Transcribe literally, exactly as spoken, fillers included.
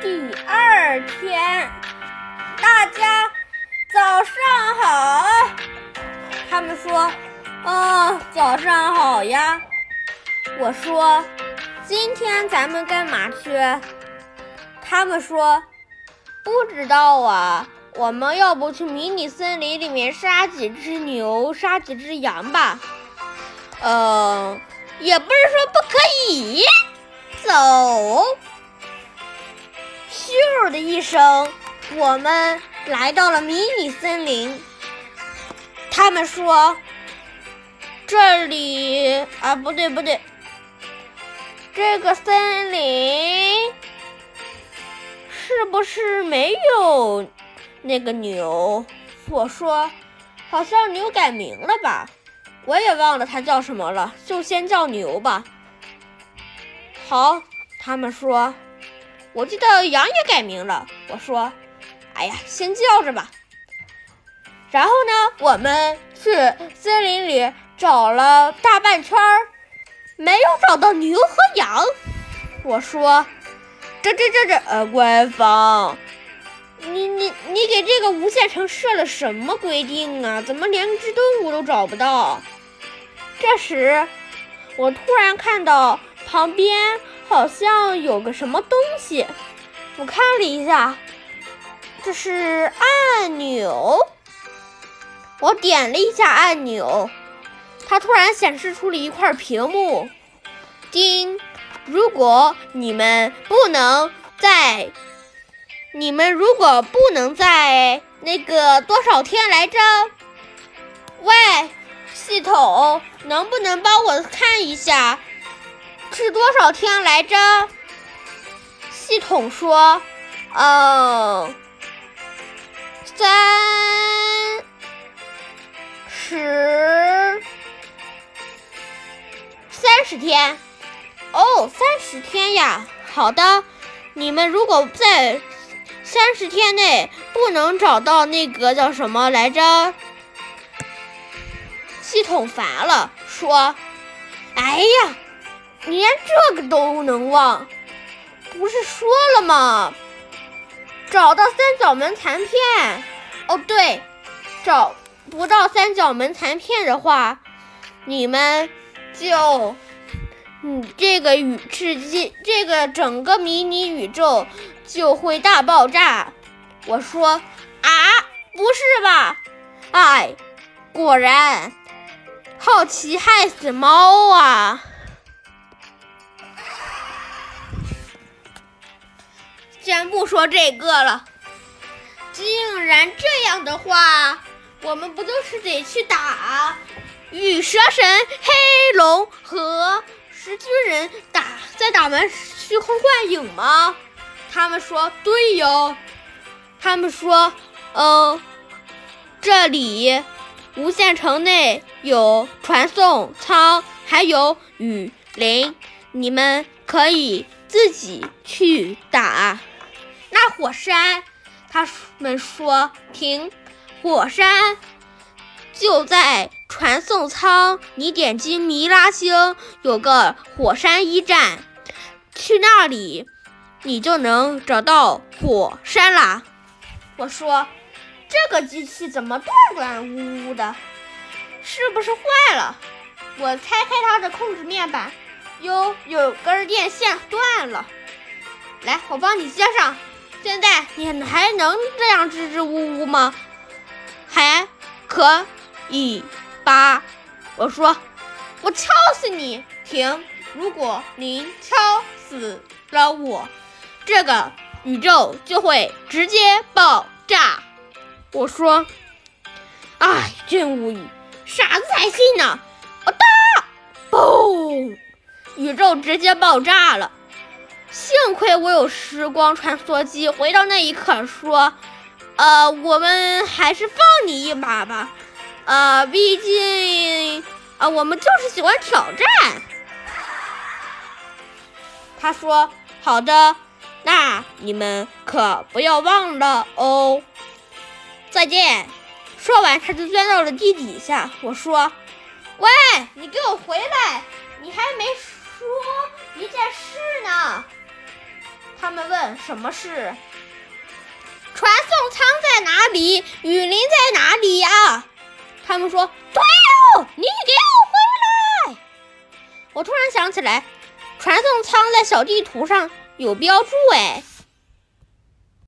第二天，大家早上好。他们说：“哦，早上好呀。”我说：“今天咱们干嘛去？”他们说：“不知道啊，我们要不去迷你森林里面杀几只牛，杀几只羊吧？”呃，也不是说不可以。走！咻的一声，我们来到了迷你森林。他们说：“这里啊，不对不对，这个森林是不是没有那个牛？”我说：“好像牛改名了吧？我也忘了它叫什么了，就先叫牛吧。”好，他们说：“我记得羊也改名了。”我说：“哎呀，先叫着吧。”然后呢，我们去森林里找了大半圈，没有找到牛和羊。我说：“这这这这，呃，官方，你你你给这个无限城设了什么规定啊？怎么连只动物都找不到？”这时，我突然看到旁边好像有个什么东西，我看了一下，这是按钮。我点了一下按钮，它突然显示出了一块屏幕。叮！如果你们不能在，你们如果不能在那个多少天来着？喂，系统，能不能帮我看一下是多少天来着？系统说：“嗯，三十三十天。”哦，三十天呀。好的，你们如果在三十天内不能找到那个叫什么来着？系统烦了，说：“哎呀，你连这个都能忘，不是说了吗？找到三角门残片。哦，对，找不到三角门残片的话，你们就，嗯，这个宇世界，这个整个迷你宇宙就会大爆炸。”我说：“啊，不是吧？哎，果然。好奇害死猫啊！”先不说这个了，竟然这样的话，我们不就是得去打羽蛇神、黑龙和石巨人打，再打完虚空幻影吗？他们说对哟。他们说，嗯，这里无限城内有传送舱，还有雨林，你们可以自己去打。那火山，他们说停，火山就在传送舱，你点击米拉星有个火山一站，去那里你就能找到火山啦。我说，这个机器怎么断断呜呜的？是不是坏了？我拆开它的控制面板，哟，有根电线断了。来，我帮你接上。现在你还能这样支支吾吾吗？还可以吧？我说，我敲死你！停！如果您敲死了我，这个宇宙就会直接爆炸。我说，哎，真无语，傻子才信呢！我哒，嘣，宇宙直接爆炸了。幸亏我有时光穿梭机，回到那一刻说，呃，我们还是放你一把吧，呃，毕竟，呃，我们就是喜欢挑战。他说，好的，那你们可不要忘了哦。再见。说完，他就钻到了地底下。我说，喂，你给我回来，你还没说一件事呢。 他们问什么事。传送舱在哪里？雨林在哪里呀？他们说：对哦，你给我回来！我突然想起来，传送舱在小地图上有标注哎。